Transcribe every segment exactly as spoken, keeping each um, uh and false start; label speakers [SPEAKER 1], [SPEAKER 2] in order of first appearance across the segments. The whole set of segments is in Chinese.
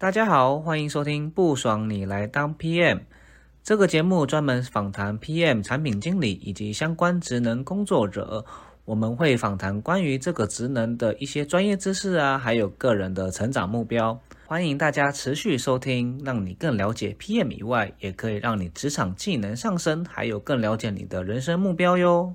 [SPEAKER 1] 大家好，欢迎收听不爽你来当 P M。 这个节目专门访谈 P M 产品经理以及相关职能工作者，我们会访谈关于这个职能的一些专业知识啊，还有个人的成长目标。欢迎大家持续收听，让你更了解 P M 以外，也可以让你职场技能上升，还有更了解你的人生目标哟。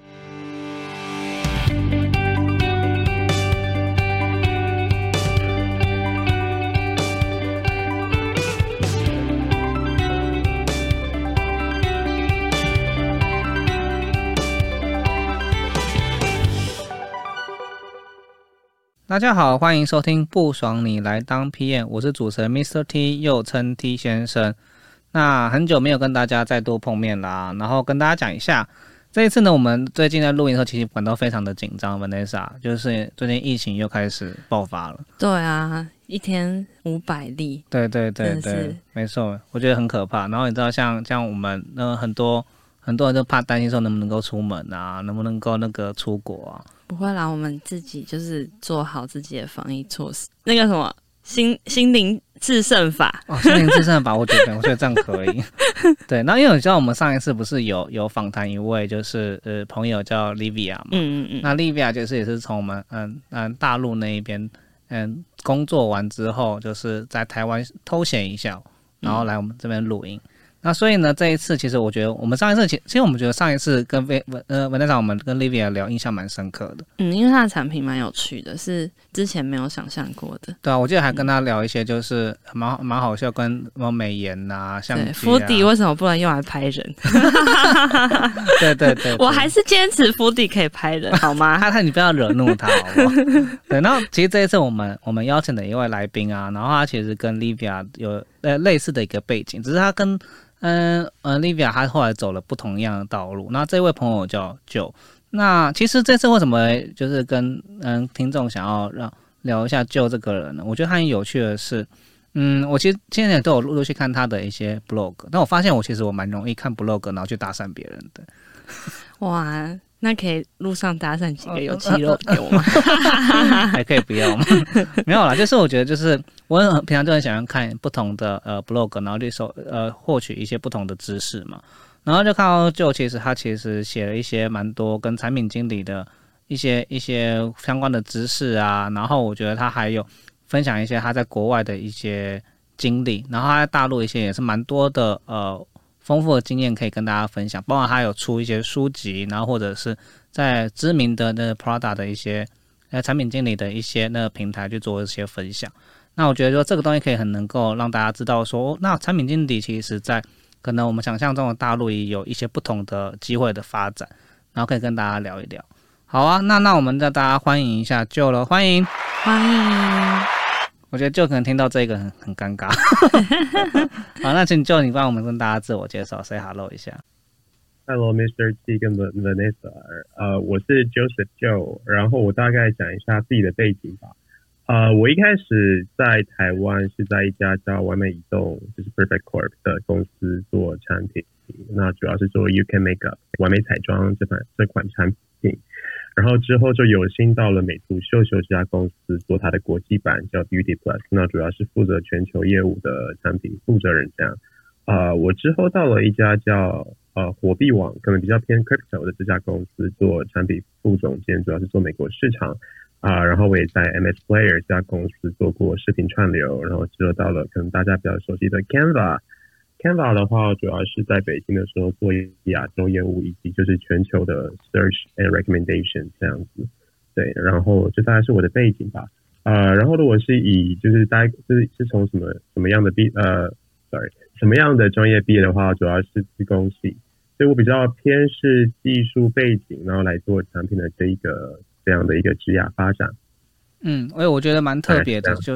[SPEAKER 1] 大家好，欢迎收听不爽你来当 P M， 我是主持人 Mister T， 又称 T 先生。那很久没有跟大家再度碰面啦，然后跟大家讲一下，这一次呢，我们最近在录音的时候，其实感到非常的紧张 ，Vanessa， 就是最近疫情又开始爆发了。
[SPEAKER 2] 对啊，一天五百例。
[SPEAKER 1] 对对对对，没错，我觉得很可怕。然后你知道像，像我们呃很多很多人都怕担心说能不能够出门啊，能不能够那个出国啊。
[SPEAKER 2] 不会啦，我们自己就是做好自己的防疫措施。那个什么心心灵制胜法
[SPEAKER 1] 哦，心灵制胜法，我觉得我觉得这样可以。对，那因为你知道我们上一次不是有有访谈一位就是呃朋友叫 Livia 嘛，
[SPEAKER 2] 嗯嗯嗯，
[SPEAKER 1] 那 Livia 就是也是从我们嗯嗯大陆那一边嗯工作完之后，就是在台湾偷闲一下，然后来我们这边录音。嗯，那所以呢，这一次其实我觉得我们上一次其实我们觉得上一次跟呃文队长我们跟 Livia 聊印象蛮深刻的。
[SPEAKER 2] 嗯，因为他的产品蛮有趣的，是之前没有想象过的。对
[SPEAKER 1] 啊，我记得还跟他聊一些就是蛮蛮好笑，跟什么美颜啊、相机啊。
[SPEAKER 2] 福迪为什么不能用来拍人？
[SPEAKER 1] 对, 对, 对, 对，
[SPEAKER 2] 我还是坚持福迪可以拍人，好吗？
[SPEAKER 1] 他他你不要惹怒他，好不好？对，然后其实这一次我们我们邀请的一位来宾啊，然后他其实跟 Livia 有呃类似的一个背景，只是他跟嗯呃 Livia 他后来走了不同样的道路。那这位朋友叫 Joe， 那其实这次为什么就是跟嗯听众想要让聊一下 Joe 这个人呢？我觉得他很有趣的是，嗯，我其实现在都有陆陆续看他的一些 blog， 但我发现我其实我蛮容易看 blog 然后去搭讪别人的。
[SPEAKER 2] 哇，那可以路上搭讪几个有肌肉给我吗？
[SPEAKER 1] 还可以不要吗？没有啦，就是我觉得就是我平常就很喜欢看不同的呃 blog， 然后去搜呃获取一些不同的知识嘛，然后就看到就其实他其实写了一些蛮多跟产品经理的一些一些相关的知识啊，然后我觉得他还有分享一些他在国外的一些经历，然后他在大陆一些也是蛮多的呃丰富的经验可以跟大家分享，包括他有出一些书籍，然后或者是在知名的那 Prada 的一些呃产品经理的一些那个平台去做一些分享。那我觉得说这个东西可以很能够让大家知道说，哦，那产品经理其实在可能我们想象中的大陆也有一些不同的机会的发展，然后可以跟大家聊一聊。好啊，那那我们让大家欢迎一下 Joe 了，欢迎
[SPEAKER 2] 欢迎。
[SPEAKER 1] 我觉得 Joe 可能听到这个很很尴尬。好，那请 Joe 你帮我们跟大家自我介绍 say hello 一下。
[SPEAKER 3] Hello Mister T 跟 Vanessa， 呃，我是 Joseph Joe， 然后我大概讲一下自己的背景吧。呃，我一开始在台湾是在一家叫完美移动，就是 Perfect Corp 的公司做产品，那主要是做 U K Makeup 完美彩妆这款这款产品。然后之后就有幸到了美图秀秀这家公司做它的国际版叫 Beauty Plus， 那主要是负责全球业务的产品负责人这样。呃，我之后到了一家叫呃火币网，可能比较偏 crypto 的这家公司做产品副总监，主要是做美国市场啊、呃。然后我也在 M S Player 这家公司做过视频串流，然后之后到了可能大家比较熟悉的 Canva。Canva 的话，主要是在北京的时候做亚洲业务，以及就是全球的 search and recommendation 这样子。对，然后这大概是我的背景吧。呃，然后如果是以就是大概是是从什么什么样的毕呃 sorry 什么样的专业毕业的话，主要是资工系，所以我比较偏是技术背景，然后来做产品的这一个这样的一个职涯发展。
[SPEAKER 1] 嗯，因为我觉得蛮特别的，就是。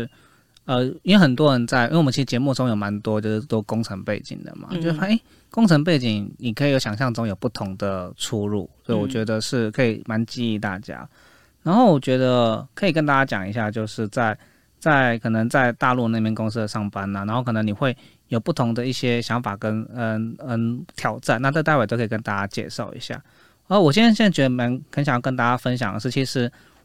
[SPEAKER 1] 呃，因为很多人在，因为我们其实节目中有蛮多就是都工程背景的嘛，嗯、就发现工程背景你可以有想象中有不同的出路，所以我觉得是可以蛮激励大家。然后我觉得可以跟大家讲一下，就是在在可能在大陆那边公司的上班啊，然后可能你会有不同的一些想法跟嗯嗯挑战，那这待会都可以跟大家介绍一下。而我现在现在觉得蛮很想要跟大家分享的是，其实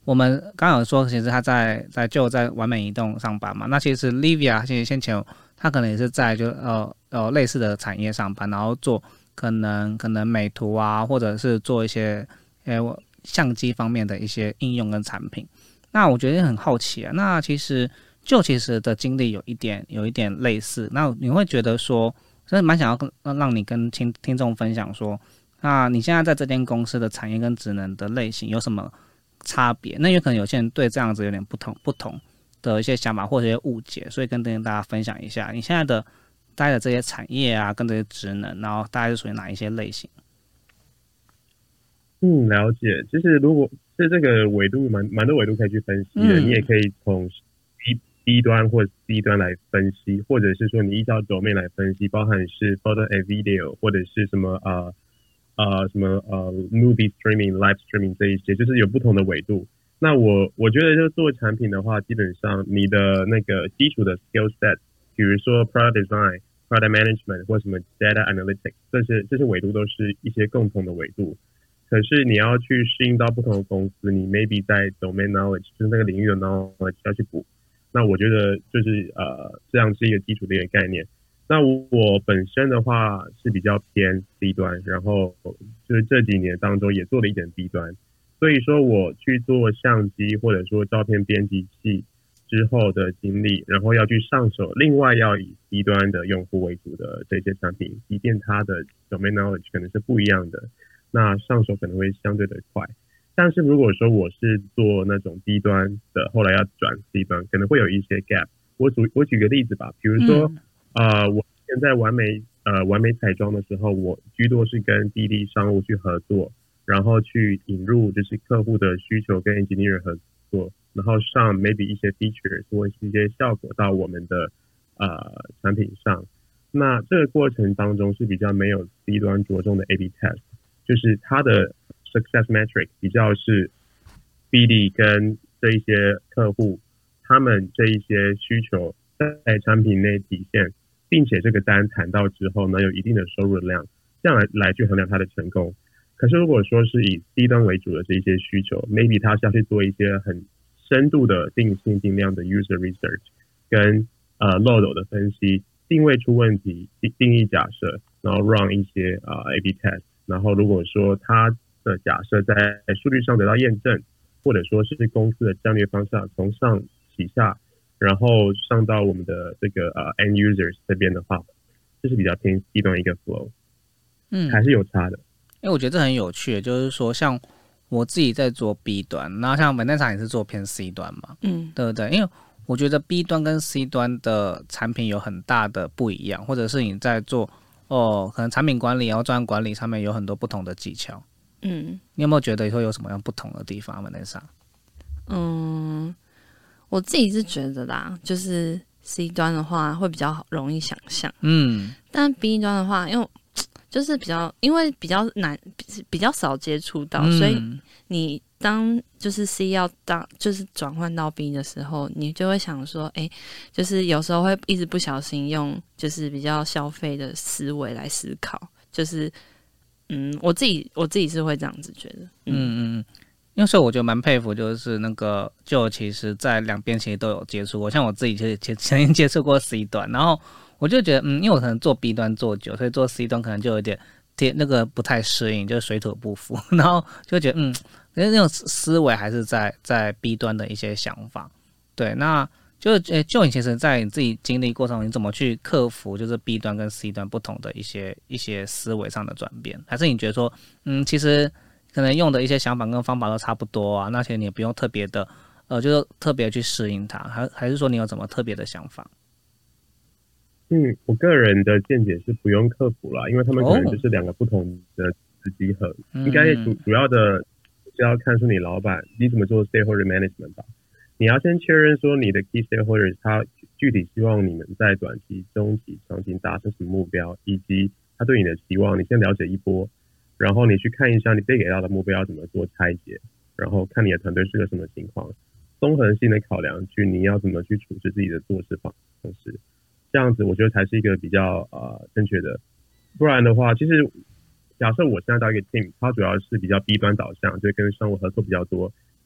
[SPEAKER 1] 我们刚刚有说，其实他在在就在完美移动上班嘛。那其实 Livia 其实先前他可能也是在就呃呃类似的产业上班，然后做可能可能美图啊，或者是做一些呃相机方面的一些应用跟产品。那我觉得很好奇啊，那其实就其实的经历有一点有一点类似，那你会觉得说，真的蛮想要跟让你跟听听众分享说，那你现在在这间公司的产业跟职能的类型有什么差别？那有可能有些人对这样子有点不同不同的一些想法或者一些误解，所以跟跟大家分享一下，你现在的待的这些产业啊，跟这些职能，然后大概是属于哪一些类型？
[SPEAKER 3] 嗯，了解。其实如果是这个纬度蛮蛮多纬度可以去分析的，
[SPEAKER 1] 嗯、
[SPEAKER 3] 你也可以从 B B 端或者 C 端来分析，或者是说你依照 domain 来分析，包含是 photo and video 或者是什么呃呃什么呃 movie streaming、live streaming 这一些，就是有不同的纬度。那我我觉得就做产品的话，基本上你的那个基础的 skill set， 比如说 product design、product management 或什么 data analytics， 这些这些纬度都是一些共同的纬度。可是你要去适应到不同的公司，你 maybe 在 domain knowledge 就是那个领域的 knowledge 要去补。那我觉得就是呃这样是一个基础的一个概念。那我本身的话是比较偏 C 端，然后就是这几年当中也做了一点 B 端。所以说我去做相机或者说照片编辑器之后的经历，然后要去上手另外要以 C 端的用户为主的这些产品，即便它的 domain knowledge 可能是不一样的，那上手可能会相对的快。但是如果说我是做那种 B 端的，后来要转 C 端，可能会有一些 gap。我举我举个例子吧，比如说、嗯、呃，我现在完美呃完美彩妆的时候，我居多是跟 B D 商务去合作，然后去引入就是客户的需求跟 engineer 合作，然后上 maybe 一些 features 或是一些效果到我们的呃产品上。那这个过程当中是比较没有 C 端着重的 A B test， 就是它的 success metric 比较是 B D 跟这一些客户他们这一些需求在产品内体现，并且这个单谈到之后呢有一定的收入量，这样来来去衡量它的成功。可是如果说是以 C 端为主的这一些需求 maybe 它是要去做一些很深度的定性定量的 user research 跟呃漏斗的分析，定位出问题，定义假设，然后 run 一些呃 A B test， 然后如果说它的假设在数据上得到验证，或者说是公司的战略方向从上起下，然后上到我们的这个呃 end users 这边的话，这是比较偏 C 端一个 flow， 嗯，还是有差的。
[SPEAKER 1] 因为我觉得这很有趣，就是说像我自己在做 B 端，然后像本代厂也是做偏 C 端嘛，嗯，对不对？因为我觉得 B 端跟 C 端的产品有很大的不一样，或者是你在做哦，可能产品管理然后专案管理上面有很多不同的技巧。嗯，你有没有觉得会有什么样不同的地方？本代厂，
[SPEAKER 2] 嗯，我自己是觉得啦，就是 C 端的话会比较容易想象，嗯，但 B 端的话，因为就是比较，因为比较难，比较少接触到，嗯、所以你当就是 C 要当就是转换到 B 的时候，你就会想说，哎、欸，就是有时候会一直不小心用就是比较消费的思维来思考，就是嗯，我自己我自己是会这样子觉得，嗯
[SPEAKER 1] 嗯嗯，因为所以我觉得蛮佩服，就是那个就其实在两边其实都有接触过，像我自己其实曾经接触过 C 端，然后。我就觉得，嗯，因为我可能做 B 端做久，所以做 C 端可能就有点那个不太适应，就是水土不服，然后就觉得，嗯，可是那种思维还是在在 B 端的一些想法。对，那就诶，就你其实在你自己经历过程中，你怎么去克服就是 B 端跟 C 端不同的一些一些思维上的转变？还是你觉得说，嗯，其实可能用的一些想法跟方法都差不多啊，那其实你也不用特别的，呃，就是特别去适应它，还还是说你有什么特别的想法？
[SPEAKER 3] 嗯，我个人的见解是不用克服啦，因为他们可能就是两个不同的子集合，哦、应该主主要的是要看出你老板你怎么做 stakeholder management 吧。你要先确认说你的 key stakeholders 他具体希望你们在短期、中期、长期达成什么目标，以及他对你的期望，你先了解一波，然后你去看一下你被给到的目标要怎么做拆解，然后看你的团队是个什么情况，综合性的考量去你要怎么去处置自己的做事方式。这样子我觉得才是一个比较呃正确的，不然的话，其实假设我现在到一个 team， 它主要是比较 B 端导向，就跟商务合作比较多，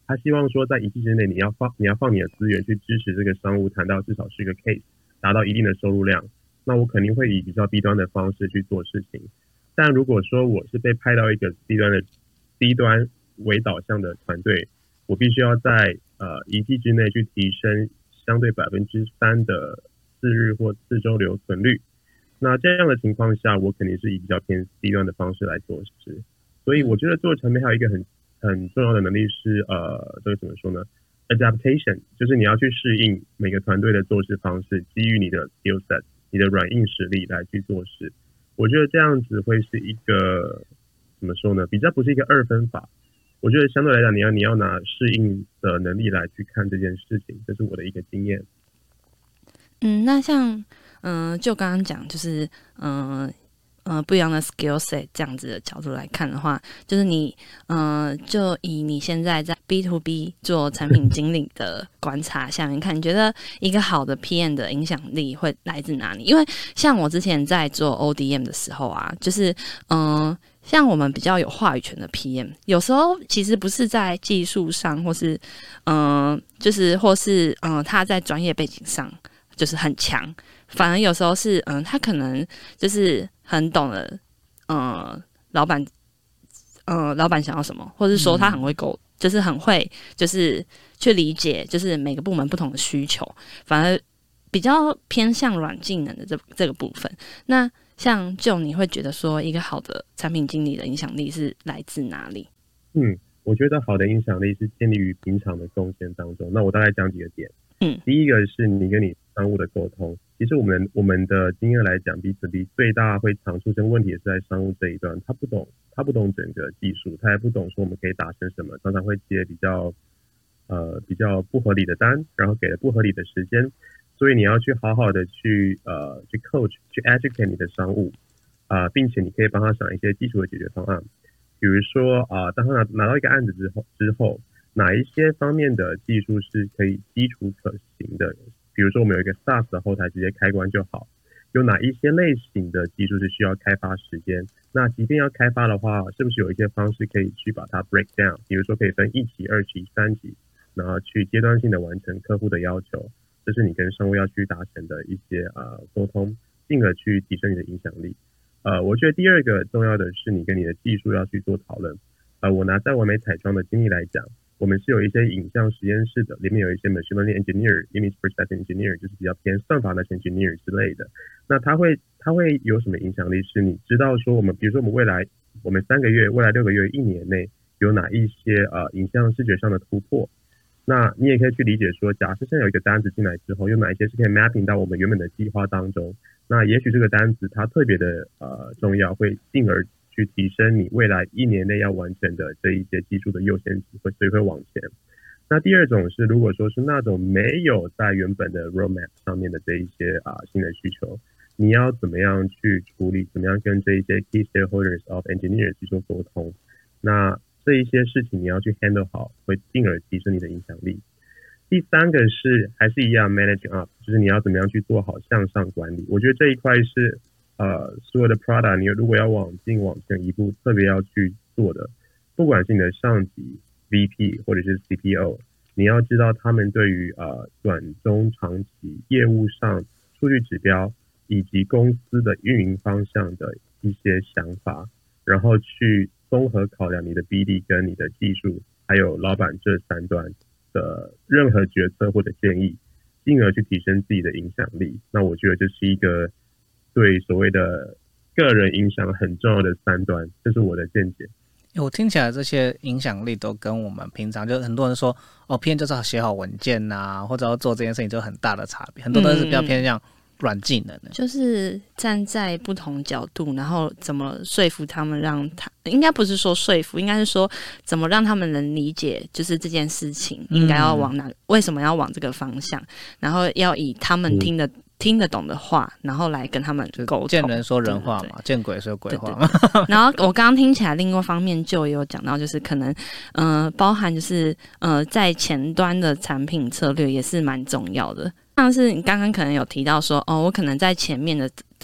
[SPEAKER 3] 他希望说在一季之内你要放你要放你的资源去支持这个商务谈到至少是一个 case 达到一定的收入量，那我肯定会以比较低端的方式去做事情。但如果说我是被派到一个低端的低端为导向的团队，我必须要在呃一季之内去提升相对百分之三的四日或四周留存率。那这样的情况下，我肯定是以比较偏低端的方式来做事。所以我觉得做产品还有一个很很重要的能力是呃，这个怎么说呢 ？adaptation， 就是你要去适应每个团队的做事方式，基于你的 skill set、你的软硬实力来去做事。我觉得这样子会是一个怎么说呢？比较不是一个二分法。我觉得相对来讲，你要你要拿适应的能力来去看这件事情，这是我的一个经验。
[SPEAKER 2] 嗯，那像嗯、呃，就刚刚讲，就是嗯。呃呃，不一样的 skill set 这样子的角度来看的话，就是你，呃，就以你现在在 B to B 做产品经理的观察下面看，你觉得一个好的 P M 的影响力会来自哪里？因为像我之前在做 O D M 的时候啊，就是，嗯、呃，像我们比较有话语权的 P M， 有时候其实不是在技术上，或是，嗯、呃，就是或是，嗯、呃，他在专业背景上就是很强。反而有时候是，嗯，他可能就是很懂得，嗯，老板，嗯，老板想要什么，或者是说他很会沟，嗯、就是很会，就是去理解，就是每个部门不同的需求，反而比较偏向软技能的这这个部分。那像就你会觉得说，一个好的产品经理的影响力是来自哪里？
[SPEAKER 3] 嗯，我觉得好的影响力是建立于平常的贡献当中。那我大概讲几个点。嗯，第一个是你跟你商务的沟通。其实我们我们的经验来讲 ，B to B 最大会常出现问题也是在商务这一段，他不懂他不懂整个技术，他也不懂说我们可以达成什么，常常会接比较呃比较不合理的单，然后给了不合理的时间，所以你要去好好的去呃去 coach 去 educate 你的商务啊、呃，并且你可以帮他想一些基础的解决方案，比如说啊、呃，当他拿拿到一个案子之后之后，哪一些方面的技术是可以基础可行的。比如说我们有一个 SaaS 的后台直接开关就好，有哪一些类型的技术是需要开发时间，那即便要开发的话，是不是有一些方式可以去把它 break down， 比如说可以分一级、二级、三级，然后去阶段性的完成客户的要求，这是你跟商务要去达成的一些呃沟通，进而去提升你的影响力。呃，我觉得第二个重要的是你跟你的技术要去做讨论。呃，我拿在完美彩妆的经历来讲，我们是有一些影像实验室的，里面有一些 machine learning engineer、image processing engineer， 就是比较偏算法的 engineer 之类的。那它会它会有什么影响力？是你知道说我们，比如说我们未来我们三个月、未来六个月、一年内有哪一些呃影像视觉上的突破？那你也可以去理解说，假设现在有一个单子进来之后，有哪一些是可以 mapping 到我们原本的计划当中？那也许这个单子它特别的呃重要，会进而去提升你未来一年内要完成的这一些技术的优先级，会所以会往前。那第二种是，如果说是那种没有在原本的 roadmap 上面的这一些啊、呃、新的需求，你要怎么样去处理？怎么样跟这一些 key stakeholders of engineers 去做沟通？那这一些事情你要去 handle 好，会进而提升你的影响力。第三个是还是一样 managing up， 就是你要怎么样去做好向上管理。我觉得这一块是呃所有的 product 你如果要往进往前一步，特别要去做的，不管是你的上级 V P 或者是 C P O， 你要知道他们对于呃短中长期业务上数据指标以及公司的运营方向的一些想法，然后去综合考量你的 B D 跟你的技术还有老板这三端的任何决策或者建议，进而去提升自己的影响力。那我觉得这是一个对所谓的个人影响很重要的三端，这是我的见解。
[SPEAKER 1] 我听起来这些影响力都跟我们平常就很多人说哦 P M 就是要写好文件啊，或者要做这件事情就很大的差别，很多都是比较偏向软技能的，
[SPEAKER 2] 就是站在不同角度，然后怎么说服他们，让他应该不是说说服，应该是说怎么让他们能理解，就是这件事情应该要往哪、嗯，为什么要往这个方向，然后要以他们听得、嗯、听得懂的话，然后来跟他们沟通。
[SPEAKER 1] 见人说人话嘛，见鬼说鬼话嘛。
[SPEAKER 2] 对对对然后我刚刚听起来，另外一方面就有讲到，就是可能呃，包含就是呃，在前端的产品策略也是蛮重要的。像是你刚刚可能有提到说，哦，我可能在前面的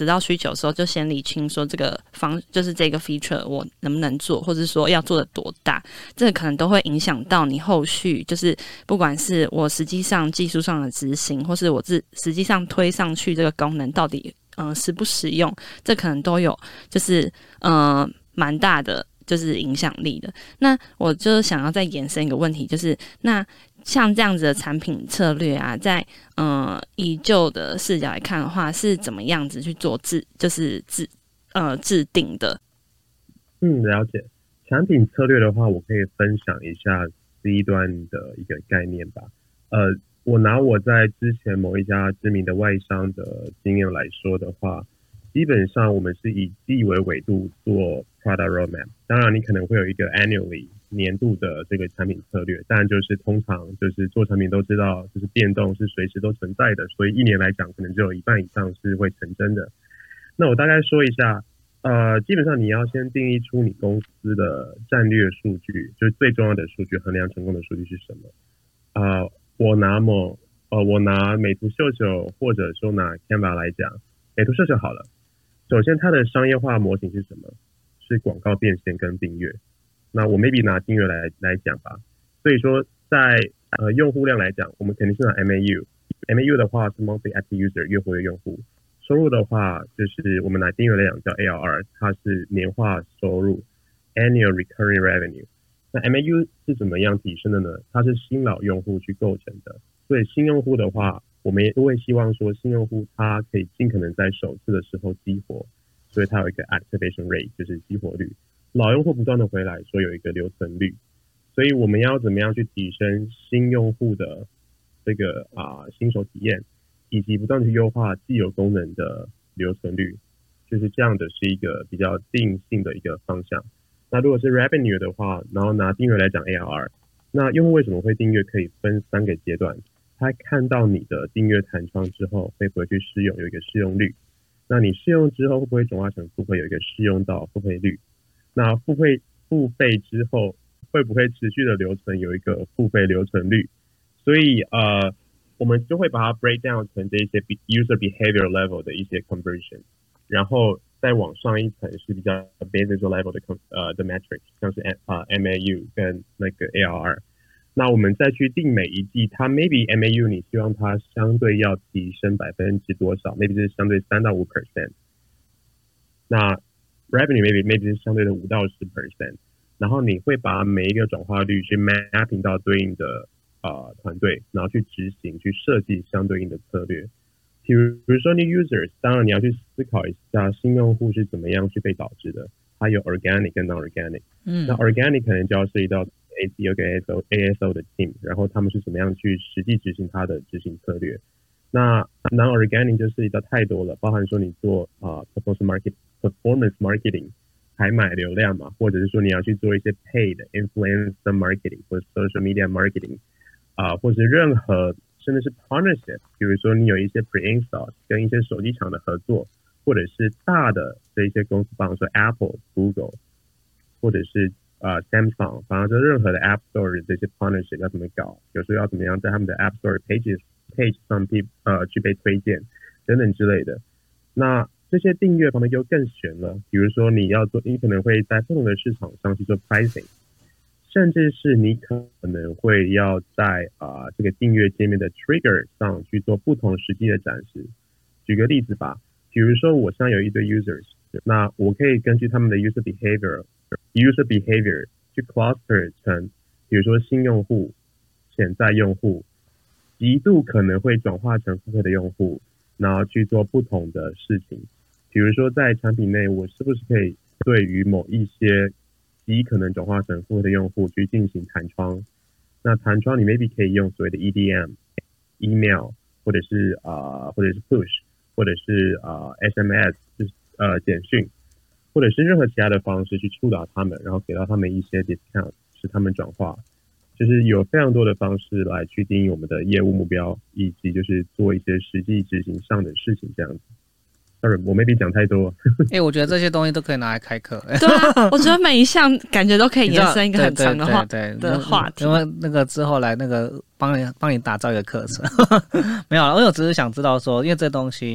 [SPEAKER 2] 得到需求的时候，就先理清说这个方就是这个 feature 我能不能做，或者说要做的多大，这个可能都会影响到你后续就是不管是我实际上技术上的执行，或是我自实际上推上去这个功能到底呃实不实用，这可能都有就是呃蛮大的就是影响力的。那我就想要再延伸一个问题，就是那像这样子的产品策略啊，在呃以旧的视角来看的话，是怎么样子去做制，就是制呃制定的？
[SPEAKER 3] 嗯，了解。产品策略的话，我可以分享一下 C 端的一个概念吧。呃，我拿我在之前某一家知名的外商的经验来说的话，基本上我们是以季为纬度做 product roadmap。当然，你可能会有一个 annually 年度的这个产品策略，但就是通常就是做产品都知道，就是变动是随时都存在的，所以一年来讲，可能只有一半以上是会成真的。那我大概说一下，呃，基本上你要先定义出你公司的战略数据，就是最重要的数据，衡量成功的数据是什么。呃，我拿某呃，我拿美图秀秀或者说拿 Canva 来讲，美图秀秀好了。首先，它的商业化模型是什么？是广告变现跟订阅。那我 maybe 拿订阅来来讲吧。所以说在，在呃用户量来讲，我们肯定是拿 M A U。M A U 的话是 monthly active user 月活跃用户。收入的话，就是我们拿订阅来讲叫 A R R， 它是年化收入 annual recurring revenue。那 M A U 是怎么样提升的呢？它是新老用户去构成的。所以新用户的话，我们也都会希望说新用户他可以尽可能在首次的时候激活，所以它有一个 activation rate， 就是激活率。老用户不断的回来，所以有一个留存率。所以我们要怎么样去提升新用户的这个啊、呃、新手体验，以及不断的去优化既有功能的留存率，就是这样的是一个比较定性的一个方向。那如果是 revenue 的话，然后拿订阅来讲 A R R， 那用户为什么会订阅可以分三个阶段。他看到你的订阅弹窗之后，会不会去试用，有一个试用率。那你试用之后会不会转化成付费，有一个试用到付费率。那付费付费之后会不会持续的留存，有一个付费留存率。所以呃，我们就会把它 break down 成这些 user behavior level 的一些 conversion， 然后再往上一层是比较 business level 的呃的 metrics， 像是呃 M A U 跟那个 A R R。那我们再去定每一季，它 maybe M A U 你希望它相对要提升百分之多少 ？maybe 是相对三到五 percent。那 revenue maybe maybe 是相对的五到十 percent。然后你会把每一个转化率去 mapping 到对应的呃团队，然后去执行、去设计相对应的策略。比如比如说你 users， 当然你要去思考一下新用户是怎么样去被导致的，它有 organic 跟 non-organic。嗯，那 organic 可能就要涉及到A C O 跟 A S O A S O 的 team， 然后他们是怎么样去实际执行他的执行策略。那 non-organic 就涉及到太多了，包含说你做啊、呃、performance market performance marketing 采买流量嘛，或者是说你要去做一些 paid influencer marketing 或者 social media marketing 啊、呃，或者是任何甚至是 partnership， 比如说你有一些 pre-install 跟一些手机厂的合作，或者是大的这一些公司，比方说 Apple、Google， 或者是呃、uh, Samsung， 反正就任何的 App Store 的这些 partnership 要怎么搞，有时候要怎么样在他们的 App Store pages page 上去呃去被推荐等等之类的。那这些订阅方面就更悬了，比如说你要做，你可能会在不同的市场上去做 pricing， 甚至是你可能会要在啊、呃、这个订阅界面的 trigger 上去做不同实际的展示。举个例子吧，比如说我现在有一堆 users， 那我可以根据他们的 user behavior。user behavior 去 cluster 成，比如说新用户、潜在用户，极度可能会转化成付费的用户，然后去做不同的事情。比如说在产品内，我是不是可以对于某一些极可能转化成付费的用户去进行弹窗？那弹窗你 maybe 可以用所谓的 E D M、email， 或者是啊、呃，或者是 push， 或者是啊、呃、S M S， 就是呃简讯。或者是任何其他的方式去触导他们，然后给到他们一些 discount， 使他们转化，就是有非常多的方式来去定义我们的业务目标，以及就是做一些实际执行上的事情这样子。Sorry， 我 maybe 讲太多。
[SPEAKER 1] 哎、欸，我觉得这些东西都可以拿来开课。
[SPEAKER 2] 对啊，我觉得每一项感觉都可以延伸一个很长的话
[SPEAKER 1] 对对对
[SPEAKER 2] 的话题。
[SPEAKER 1] 因为那个之后来那个帮你帮你打造一个课程，没有了，因为我只是想知道说，因为这东西。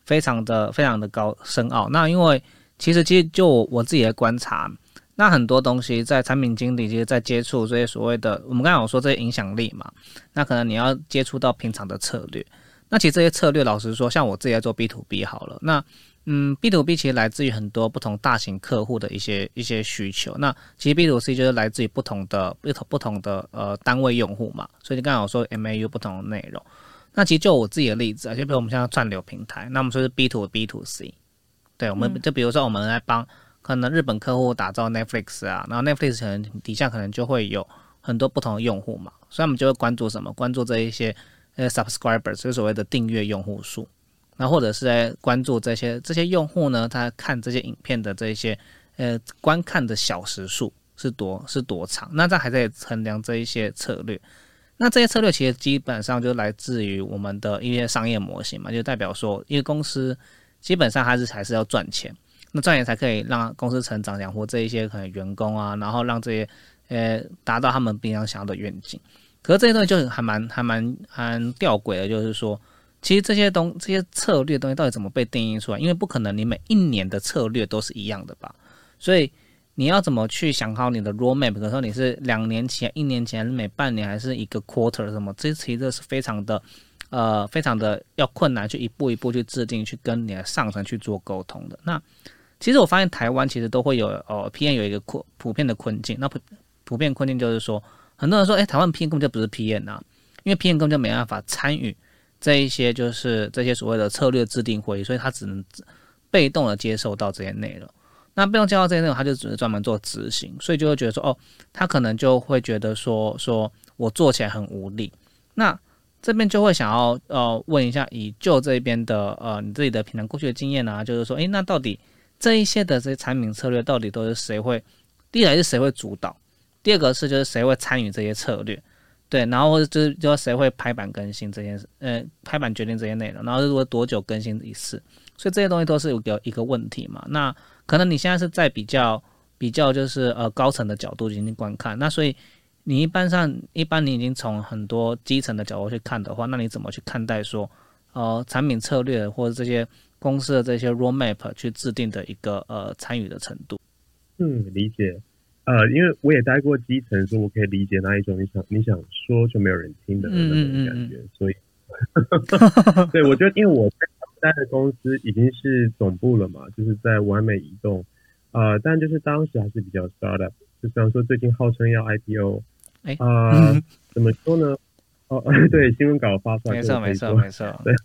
[SPEAKER 1] 非常的非常的高深奥。那因为其实其实就我自己的观察，那很多东西在产品经理其实在接触这些所谓的我们刚才有说这些影响力嘛，那可能你要接触到平常的策略。那其实这些策略老实说，像我自己在做 B to B 好了，那嗯 B to B 其实来自于很多不同大型客户的一些一些需求。那其实 B to C 就是来自于不同的不同不同的呃单位用户嘛，所以你刚才有说 M A U 不同的内容。那其实就我自己的例子啊，就比如我们现在串流平台，那我们说是 B to B to C， 对，我们就比如说我们来帮可能日本客户打造 Netflix 啊，然后 Netflix 可能底下可能就会有很多不同的用户嘛，所以我们就会关注什么？关注这一些呃 subscribers， 就是所谓的订阅用户数，那或者是在关注这些这些用户呢，他看这些影片的这些呃观看的小时数是多是多长，那这还在衡量这一些策略。那这些策略其实基本上就来自于我们的一些商业模型嘛，就代表说，因为公司基本上还是还是要赚钱，那赚钱才可以让公司成长，养活这一些可能员工啊，然后让这些呃达到他们平常想要的愿景。可是这些东西就还蛮还蛮还吊诡的，就是说，其实这些东这些策略的东西到底怎么被定义出来？因为不可能你每一年的策略都是一样的吧，所以你要怎么去想好你的 roadmap？ 可能说你是两年前、一年前，还是每半年，还是一个 quarter 什么？这其实是非常的，呃，非常的要困难，去一步一步去制定，去跟你的上层去做沟通的。那其实我发现台湾其实都会有，呃 ，P M 有一个普普遍的困境。那普普遍困境就是说，很多人说，哎、欸，台湾 P M 根本就不是 P M 啊，因为 P M 根本就没办法参与这一些就是这些所谓的策略制定会议，所以他只能被动的接受到这些内容。那被动接到这些内容，他就只是专门做执行，所以就会觉得说，哦，他可能就会觉得说，说我做起来很无力。那这边就会想要呃问一下，以就这边的呃你自己的平常过去的经验啊，就是说，诶，那到底这一些的这些产品策略，到底都是谁会？第一来是谁会主导，第二个是就是谁会参与这些策略，对，然后或者就是就谁会拍板更新这件事，呃，拍板决定这些内容，然后如果多久更新一次，所以这些东西都是有个一个问题嘛。那可能你现在是在比较比较就是呃高层的角度进行观看，那所以你一般上一般你已经从很多基层的角度去看的话，那你怎么去看待说呃产品策略或者这些公司的这些 roadmap 去制定的一个呃参与的程度？
[SPEAKER 3] 嗯，理解。呃，因为我也待过基层，所以我可以理解那一种你想你想说就没有人听的那种感觉，嗯嗯嗯嗯，所以对，我觉得因为我待的公司已经是总部了嘛，就是在完美移动，呃，但就是当时还是比较 startup， 就像说最近号称要 I P O，
[SPEAKER 1] 哎、
[SPEAKER 3] 呃嗯，怎么说呢？哦，对，新闻稿发出来，
[SPEAKER 1] 没错没错没错，
[SPEAKER 3] 对，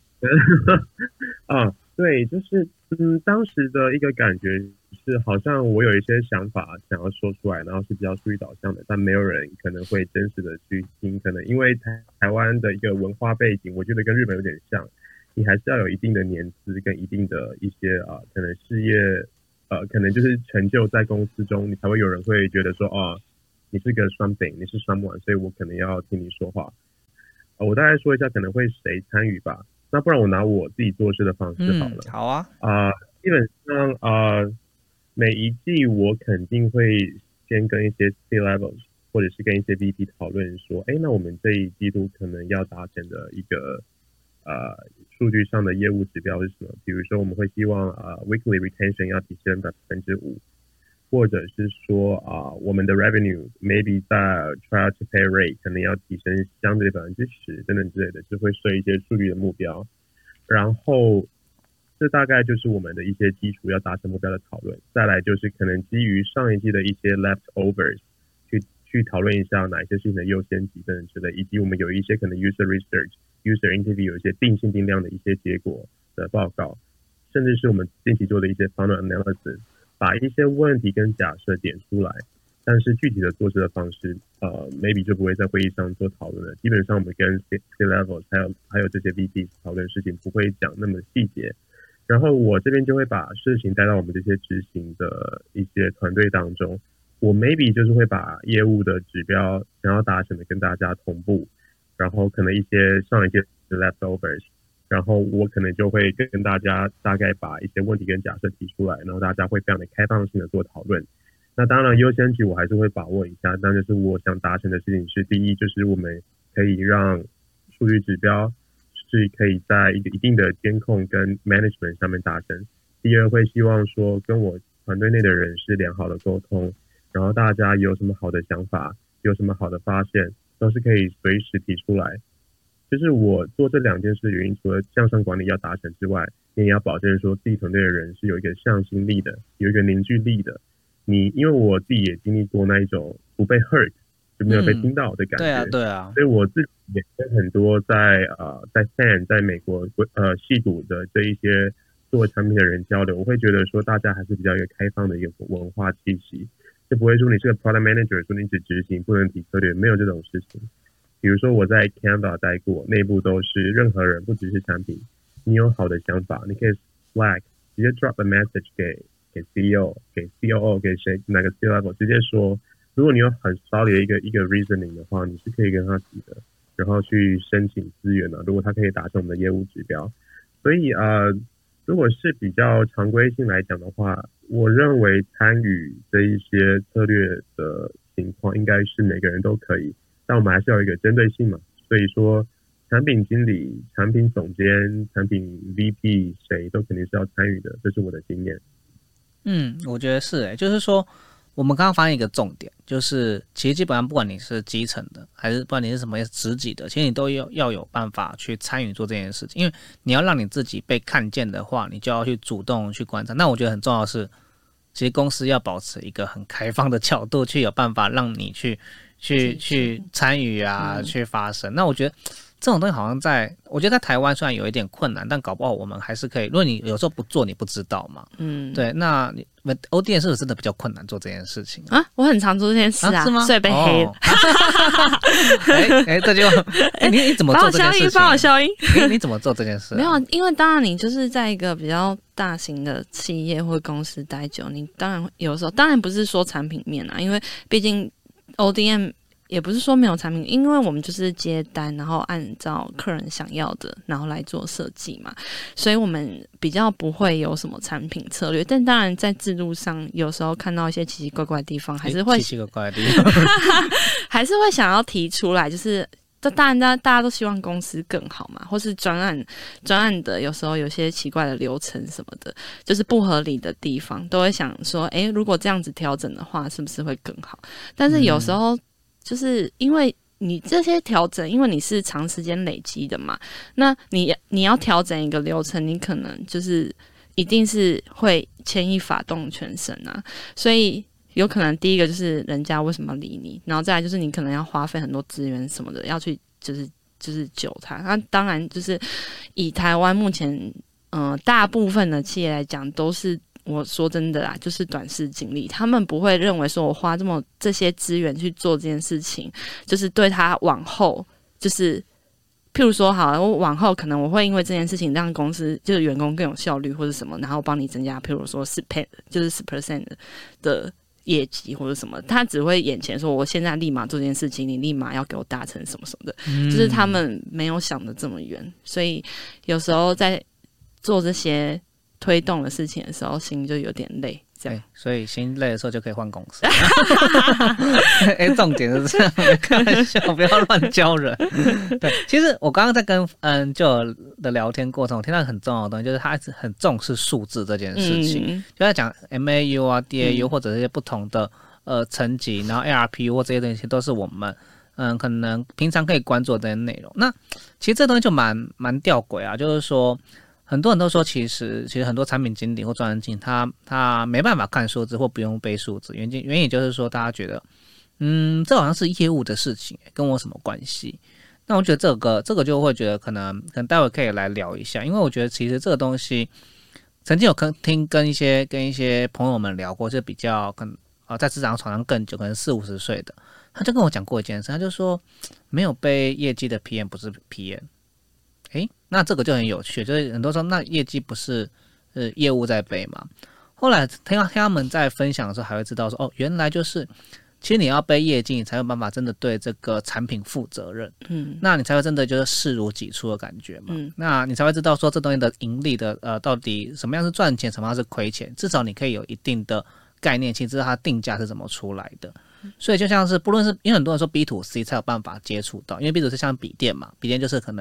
[SPEAKER 3] 啊，对，就是嗯，当时的一个感觉是，好像我有一些想法想要说出来，然后是比较数据导向的，但没有人可能会真实的去听，可能因为台台湾的一个文化背景，我觉得跟日本有点像。你还是要有一定的年资跟一定的一些啊、呃，可能事业呃，可能就是成就在公司中，你才会有人会觉得说，哦，你是个 something， 你是 someone， 所以我可能要听你说话。呃、我大概说一下可能会谁参与吧。那不然我拿我自己做事的方式好了。
[SPEAKER 1] 嗯、好啊。
[SPEAKER 3] 啊、呃，基本上啊、呃，每一季我肯定会先跟一些 C levels 或者是跟一些 V P 讨论说，哎，那我们这一季度可能要达成的一个呃。数据上的业务指标是什么？比如说，我们会希望啊、呃、，weekly retention 要提升百分之五，或者是说啊、呃，我们的 revenue maybe 在 trial to pay rate 可能要提升相对百分之十等等之类的，就会设一些数据的目标。然后，这大概就是我们的一些基础要达成目标的讨论。再来就是可能基于上一季的一些 leftovers 去去讨论一下哪一些事情的优先级等等之类，以及我们有一些可能 user research。user interview 有一些定性定量的一些结果的报告，甚至是我们近期做的一些 funnel analysis， 把一些问题跟假设点出来，但是具体的做事的方式，呃 ，maybe 就不会在会议上做讨论了。基本上我们跟 C level 还有还有这些 V P 讨论事情不会讲那么细节，然后我这边就会把事情带到我们这些执行的一些团队当中，我 maybe 就是会把业务的指标想要达成的跟大家同步。然后可能一些上一届的 leftovers， 然后我可能就会跟大家大概把一些问题跟假设提出来，然后大家会非常的开放性的做讨论。那当然优先级我还是会把握一下，但就是我想达成的事情是，第一就是我们可以让数据指标是可以在一个一定的监控跟 management 上面达成。第二，会希望说跟我团队内的人是良好的沟通，然后大家有什么好的想法，有什么好的发现，都是可以随时提出来。就是我做这两件事的原因，除了向上管理要达成之外，你也要保证说自己团队的人是有一个向心力的，有一个凝聚力的。你因为我自己也经历过那一种不被 hurt 就没有被听到的感觉，
[SPEAKER 1] 嗯、对啊对啊，
[SPEAKER 3] 所以我自己也跟很多在呃在 fan 在美国呃矽谷的这一些做产品的人交流，我会觉得说大家还是比较一个开放的一个文化气息，就不会说你是个 product manager 说你只执行不能提策略，没有这种事情。比如说我在 Canva 待过，内部都是任何人，不只是产品，你有好的想法，你可以 Slack 直接 drop a message 给给 C E O 给 C O O 给谁哪个 C level 直接说，如果你有很 solid 的一个一个 reasoning 的话，你是可以跟他提的，然后去申请资源的，如果他可以达成我们的业务指标。所以呃，如果是比较常规性来讲的话，我认为参与这一些策略的情况应该是每个人都可以，但我们还是要有一个针对性嘛。所以说产品经理、产品总监、产品 V P 谁都肯定是要参与的，这是我的经验。
[SPEAKER 1] 嗯，我觉得是诶、欸，就是说我们刚刚发现一个重点，就是其实基本上不管你是基层的，还是不管你是什么职级的，其实你都要要有办法去参与做这件事情，因为你要让你自己被看见的话，你就要去主动去观察。那我觉得很重要的是，其实公司要保持一个很开放的角度，去有办法让你去去去参与啊、嗯，去发声。那我觉得这种东西好像在，我觉得在台湾虽然有一点困难，但搞不好我们还是可以。如果你有时候不做，你不知道嘛。嗯，对。那你 O D M 是不是真的比较困难做这件事情啊？
[SPEAKER 2] 啊我很常做这件事啊，啊是吗？所以被黑了。
[SPEAKER 1] 哎哎、哦，这就哎、欸，你你怎么做这件事情？
[SPEAKER 2] 帮我消音，
[SPEAKER 1] 帮我消音。你你怎么做这件事、啊？
[SPEAKER 2] 没有，因为当然你就是在一个比较大型的企业或公司待久，你当然有时候当然不是说产品面啊，因为毕竟 O D M。也不是说没有产品，因为我们就是接单，然后按照客人想要的，然后来做设计嘛，所以我们比较不会有什么产品策略。但当然在制度上，有时候看到一些奇奇怪怪的地方，还是会
[SPEAKER 1] 奇奇怪怪的地方，
[SPEAKER 2] 还是会想要提出来，就是当然大家都希望公司更好嘛，或是专案专案的有时候有些奇怪的流程什么的，就是不合理的地方，都会想说，诶，如果这样子调整的话，是不是会更好？但是有时候、嗯就是因为你这些调整，因为你是长时间累积的嘛，那你你要调整一个流程，你可能就是一定是会牵一发动全身啊，所以有可能第一个就是人家为什么理你，然后再来就是你可能要花费很多资源什么的，要去就是就是救他。那当然就是以台湾目前嗯、呃、大部分的企业来讲都是。我说真的啦，就是短视经历，他们不会认为说我花这么这些资源去做这件事情，就是对他往后就是譬如说好，我往后可能我会因为这件事情让公司就是员工更有效率或者什么，然后帮你增加譬如说十 percent 就是十 percent 的业绩或者什么，他只会眼前说我现在立马做这件事情，你立马要给我达成什么什么的、嗯、就是他们没有想得这么远，所以有时候在做这些推动的事情的时候，心就有点累，这样。
[SPEAKER 1] 所以心累的时候就可以换公司。哎、欸，重点是这样，开玩笑，不要乱教人。对，其实我刚刚在跟嗯就的聊天过程，我听到很重要的东西，就是他很重视数字这件事情，嗯、就在讲 M A U 啊、D A U 或者这些不同的呃层级，然后 A R P U 或这些东西都是我们。嗯，可能平常可以关注的内容。那其实这东西就蛮蛮吊诡啊，就是说。很多人都说，其实其实很多产品经理或专案经理，他他没办法看数字或不用背数字，原因原因就是说，大家觉得，嗯，这好像是业务的事情，跟我什么关系？那我觉得这个这个就会觉得可能可能待会可以来聊一下，因为我觉得其实这个东西，曾经有跟听跟一些跟一些朋友们聊过，就比较跟啊、呃、在职场闯上更久，可能四五十岁的，他就跟我讲过一件事，他就说，没有背业绩的 P M 不是 P M。诶，那这个就很有趣，就是很多时候那业绩不是呃业务在背嘛。后来听听他们在分享的时候，还会知道说，哦，原来就是其实你要背业绩，你才有办法真的对这个产品负责任，嗯，那你才会真的就是视如己出的感觉嘛，嗯，那你才会知道说这东西的盈利的呃到底什么样是赚钱，什么样是亏钱，至少你可以有一定的概念，其实知道它定价是怎么出来的。所以就像是不论是因为很多人说 B to C 才有办法接触到，因为 B to C 像笔电嘛，笔电就是可能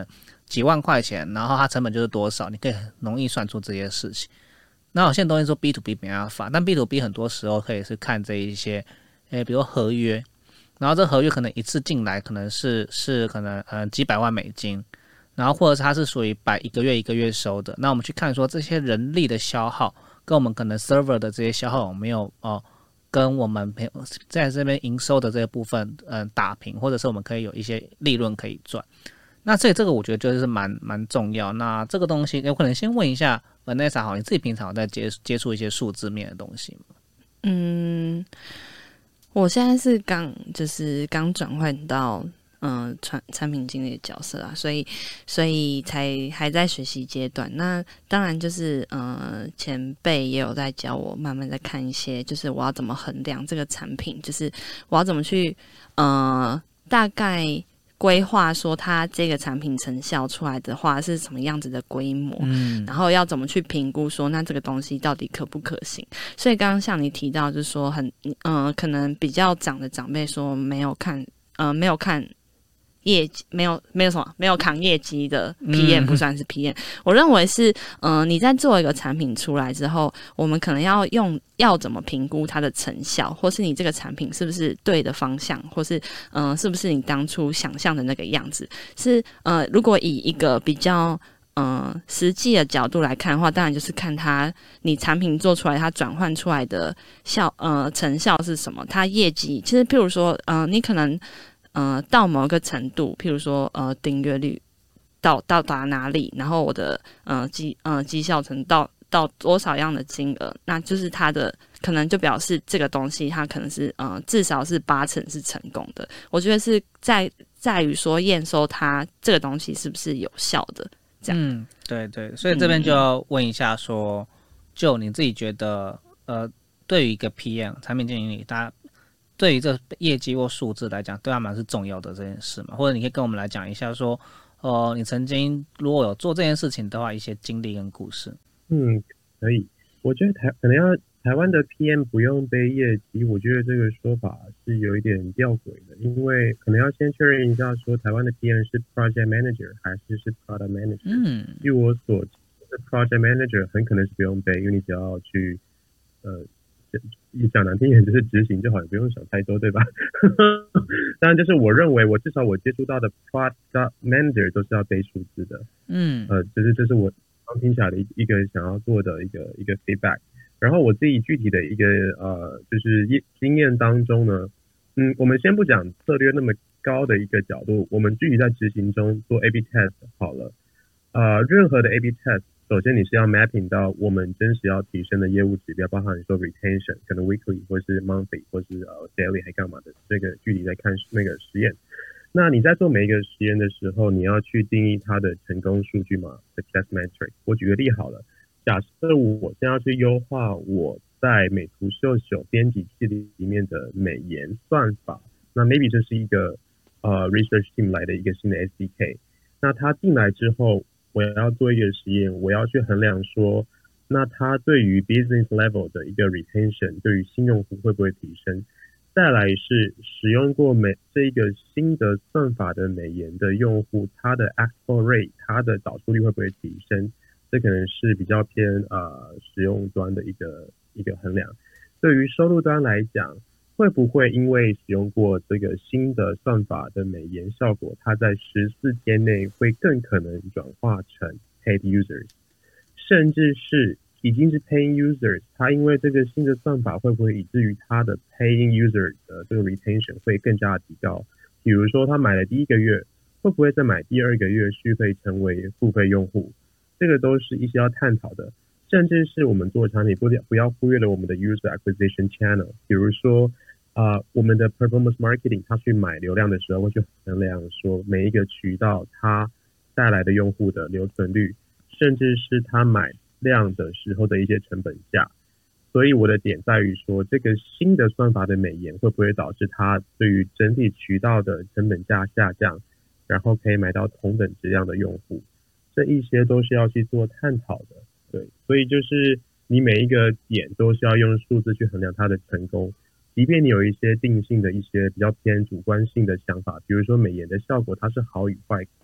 [SPEAKER 1] 几万块钱，然后它成本就是多少，你可以很容易算出这些事情。那有些东西说 B to B 没办法，但 B to B 很多时候可以是看这一些，诶，比如合约，然后这合约可能一次进来可能是是可能呃几百万美金，然后或者是它是属于摆一个月一个月收的，那我们去看说这些人力的消耗跟我们可能 server 的这些消耗有没有哦、呃，跟我们在这边营收的这个部分嗯、呃、打平，或者是我们可以有一些利润可以赚。那所以这个我觉得就是蛮蛮重要。那这个东西有可能先问一下 Vanessa 好，你自己平常有在接接触一些数字面的东西吗？
[SPEAKER 2] 嗯，我现在是刚就是刚转换到嗯产产品经理的角色啊，所以所以才还在学习阶段。那当然就是呃前辈也有在教我，慢慢在看一些，就是我要怎么衡量这个产品，就是我要怎么去呃大概规划说它这个产品成效出来的话是什么样子的规模，嗯，然后要怎么去评估说那这个东西到底可不可行。所以刚刚像你提到就是说很嗯、呃，可能比较长的长辈说没有看呃没有看业绩，没有没有什么没有扛业绩的 P M 不算是 P M、嗯、我认为是嗯、呃，你在做一个产品出来之后，我们可能要用要怎么评估它的成效，或是你这个产品是不是对的方向，或是嗯、呃，是不是你当初想象的那个样子。是呃，如果以一个比较呃实际的角度来看的话，当然就是看它你产品做出来它转换出来的效呃成效是什么，它业绩其实譬如说呃，你可能呃，到某一个程度，譬如说，呃，订阅率到到达哪里，然后我的呃绩呃绩效成到到多少样的金额，那就是它的可能就表示这个东西它可能是呃至少是八成是成功的。我觉得是在在于说验收它这个东西是不是有效的，这样。
[SPEAKER 1] 嗯，对对，所以这边就要问一下说，就你自己觉得，呃，对于一个 P M 产品经理，大家对于这业绩或数字来讲，对他们是重要的这件事嘛？或者你可以跟我们来讲一下说，哦、呃，你曾经如果有做这件事情的话，一些经历跟故事。
[SPEAKER 3] 嗯，可以。我觉得台可能要台湾的 P M 不用背业绩，我觉得这个说法是有一点吊诡的，因为可能要先确认一下说台湾的 P M 是 Project Manager 还是是 Product Manager。嗯，据我所知的 Project Manager 很可能是不用背，因为你只要去呃。你讲难听一点就是执行就好，也不用想太多，对吧？当然，就是我认为我至少我接触到的 product manager 都是要背数字的，嗯，呃，就是这是我刚听起来的一一个想要做的一个一个 feedback。然后我自己具体的一个呃，就是经验当中呢，嗯，我们先不讲策略那么高的一个角度，我们具体在执行中做 A B test 好了，呃，任何的 A B test。首先你是要 mapping 到我们真实要提升的业务指标，包含你说 retention 可能 weekly 或是 monthly 或是呃 daily 还干嘛的，这个具体在看那个实验。那你在做每一个实验的时候，你要去定义它的成功数据嘛 success metric。我举个例好了，假设我现在要去优化我在美图秀秀编辑器里面的美颜算法，那 maybe 这是一个呃 research team 来的一个新的 S D K。那它进来之后，我要做一个实验，我要去衡量说，那它对于 business level 的一个 retention， 对于新用户会不会提升？再来是使用过美这一个新的算法的美颜的用户，它的 export rate， 它的导出率会不会提升？这可能是比较偏呃使用端的一个一个衡量。对于收入端来讲，会不会因为使用过这个新的算法的美颜效果，它在十四天内会更可能转化成 paid users， 甚至是已经是 paying users， 它因为这个新的算法会不会以至于它的 paying user 的这个 retention 会更加提高？比如说他买了第一个月，会不会再买第二个月续费成为付费用户？这个都是一些要探讨的。甚至是我们做产品不不要忽略了我们的 user acquisition channel， 比如说啊、呃，我们的 performance marketing， 他去买流量的时候会去衡量说每一个渠道它带来的用户的留存率，甚至是他买量的时候的一些成本价。所以我的点在于说，这个新的算法的美颜会不会导致它对于整体渠道的成本价下降，然后可以买到同等质量的用户，这一些都是要去做探讨的。对，所以就是你每一个点都是要用数字去衡量它的成功，即便你有一些定性的一些比较偏主观性的想法，比如说美颜的效果它是好与坏，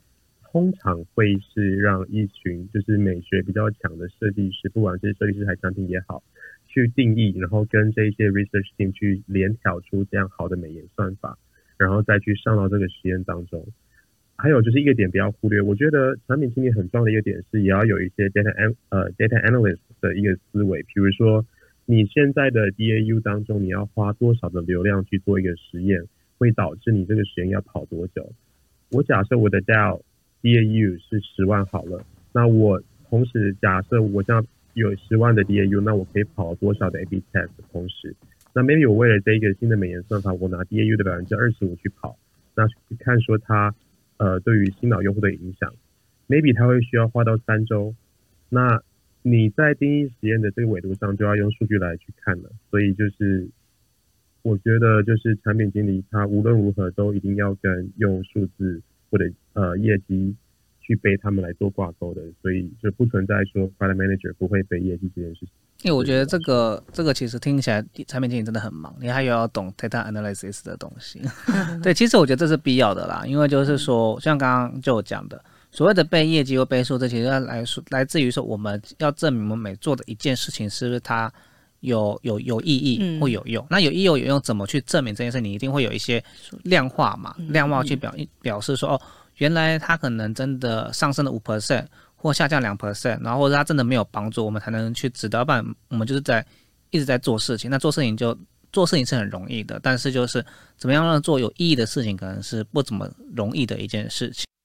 [SPEAKER 3] 通常会是让一群就是美学比较强的设计师，不管是设计师还是产品也好，去定义，然后跟这些 research team 去联调出这样好的美颜算法，然后再去上到这个实验当中。还有就是一个点不要忽略，我觉得产品经理很重要的一个点是，也要有一些 data 呃 data analyst 的一个思维，比如说你现在的 D A U 当中，你要花多少的流量去做一个实验，会导致你这个实验要跑多久。我假设我的 D A U 是十万好了，那我同时假设我这样有十万的 D A U， 那我可以跑多少的 A B test 的同时，那 maybe 我为了这个新的美颜算法，我拿 D A U 的百分之二十五去跑，那去看说它呃对于新脑用户的影响 ，maybe 它会需要花到三周。那你在定义实验的这个纬度上，就要用数据来去看了。所以就是我觉得就是产品经理他无论如何都一定要跟用数字或者呃业绩去被他们来做挂钩的，所以就不存在说 product manager 不会背业绩这件事情。
[SPEAKER 1] 因为我觉得这个这个其实听起来产品经理真的很忙，你还有要懂 data analysis 的东西。对，其实我觉得这是必要的啦，因为就是说像刚刚就有讲的，所谓的背业绩或背数，这其实来说来自于说我们要证明我们每做的一件事情是不是它有有有意义或有用。嗯、那有意义或有用怎么去证明这件事？你一定会有一些量化嘛，嗯、量化去表表示说哦，原来它可能真的上升了 百分之五 或下降 百分之二， 然后或者它真的没有帮助，我们才能去指导，不然我们就是在一直在做事情。那做事情就做事情是很容易的，但是就是怎么样让做有意义的事情，可能是不怎么容易的一件事情。